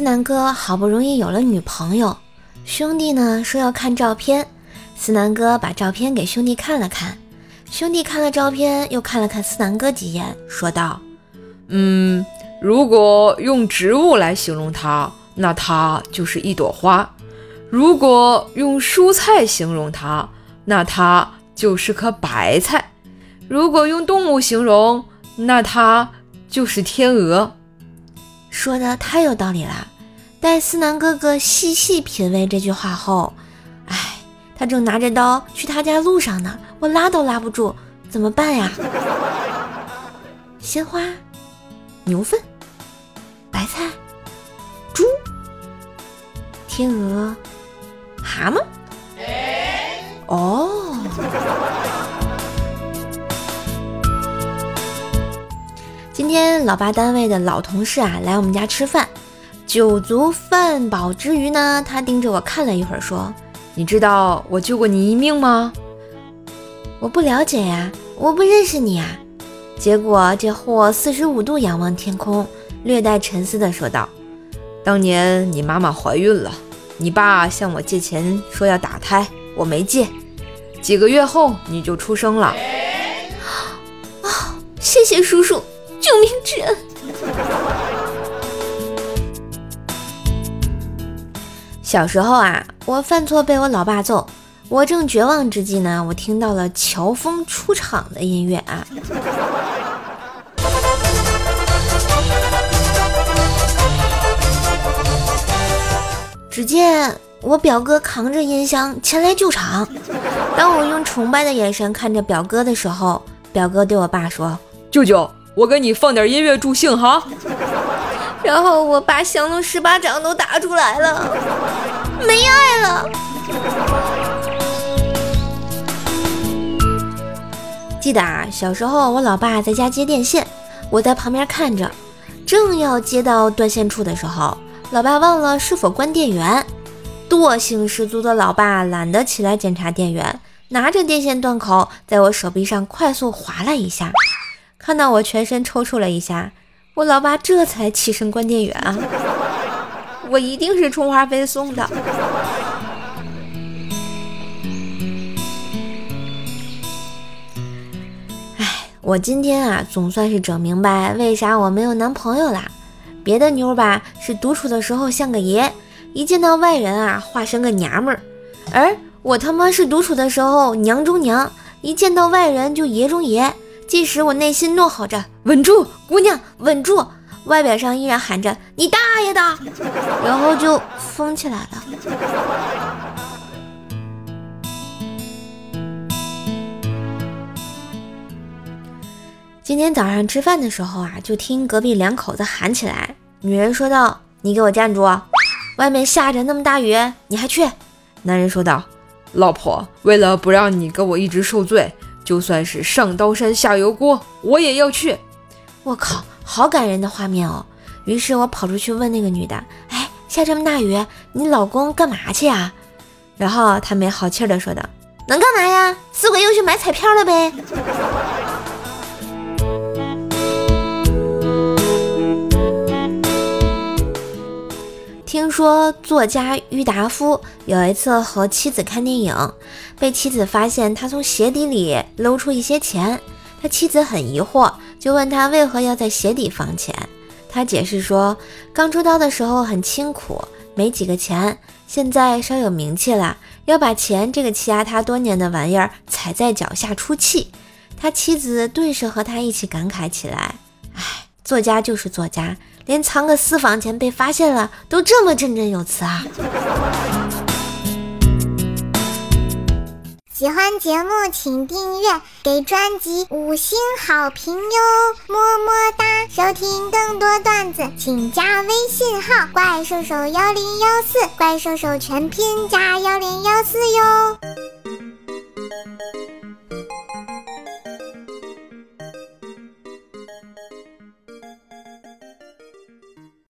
南哥好不容易有了女朋友，兄弟呢说要看照片，思南哥把照片给兄弟看了看，兄弟看了照片又看了看思南哥几眼，说道： 如果用植物来形容它，那它就是一朵花；如果用蔬菜形容它，那它就是颗白菜；如果用动物形容，那它就是天鹅。 说的太有道理了。待思南哥哥细细品味这句话后，他正拿着刀去他家路上呢，我拉都拉不住，怎么办呀？鲜花、牛粪、白菜、猪、天鹅、蛤蟆。今天老爸单位的老同事来我们家吃饭，酒足饭饱之余呢，他盯着我看了一会儿说： 你知道我救过你一命吗？ 我不了解呀，我不认识你啊。结果这货45度仰望天空，略带沉思地说道： 当年你妈妈怀孕了，你爸向我借钱说要打胎，我没借，几个月后你就出生了。 谢谢叔叔，救命之恩。小时候我犯错被我老爸揍，我正绝望之际呢，我听到了乔峰出场的音乐只见我表哥扛着音箱前来救场，当我用崇拜的眼神看着表哥的时候，表哥对我爸说： 舅舅，我给你放点音乐助兴哈。 然后我把降龙18掌都打出来了，没爱了。记得小时候我老爸在家接电线，我在旁边看着，正要接到断线处的时候，老爸忘了是否关电源，惰性十足的老爸懒得起来检查电源，拿着电线断口在我手臂上快速划了一下，看到我全身抽搐了一下，我老爸这才起身关电源我一定是充话费送的。我今天总算是整明白为啥我没有男朋友啦。别的妞吧是独处的时候像个爷，一见到外人化身个娘们儿，而我他妈是独处的时候娘中娘，一见到外人就爷中爷，即使我内心怒吼着稳住姑娘稳住，外表上依然喊着你大爷的，然后就疯起来了。今天早上吃饭的时候就听隔壁两口子喊起来，女人说道：你给我站住，外面下着那么大雨你还去。男人说道： 老婆，为了不让你跟我一直受罪，就算是上刀山下油锅我也要去。 我靠，好感人的画面哦。于是我跑出去问那个女的，下这么大雨你老公干嘛去呀？然后她没好气的说道：能干嘛呀，死鬼又去买彩票了呗。听说作家郁达夫有一次和妻子看电影，被妻子发现他从鞋底里搂出一些钱，他妻子很疑惑，就问他为何要在鞋底放钱。他解释说，刚出道的时候很清苦，没几个钱，现在稍有名气了，要把钱这个欺压他多年的玩意儿踩在脚下出气。他妻子顿时和他一起感慨起来，作家就是作家，连藏个私房钱被发现了都这么振振有词喜欢节目请订阅，给专辑5星好评哟，么么哒！收听更多段子请加微信号怪兽手1014，怪兽手全拼加1014哟。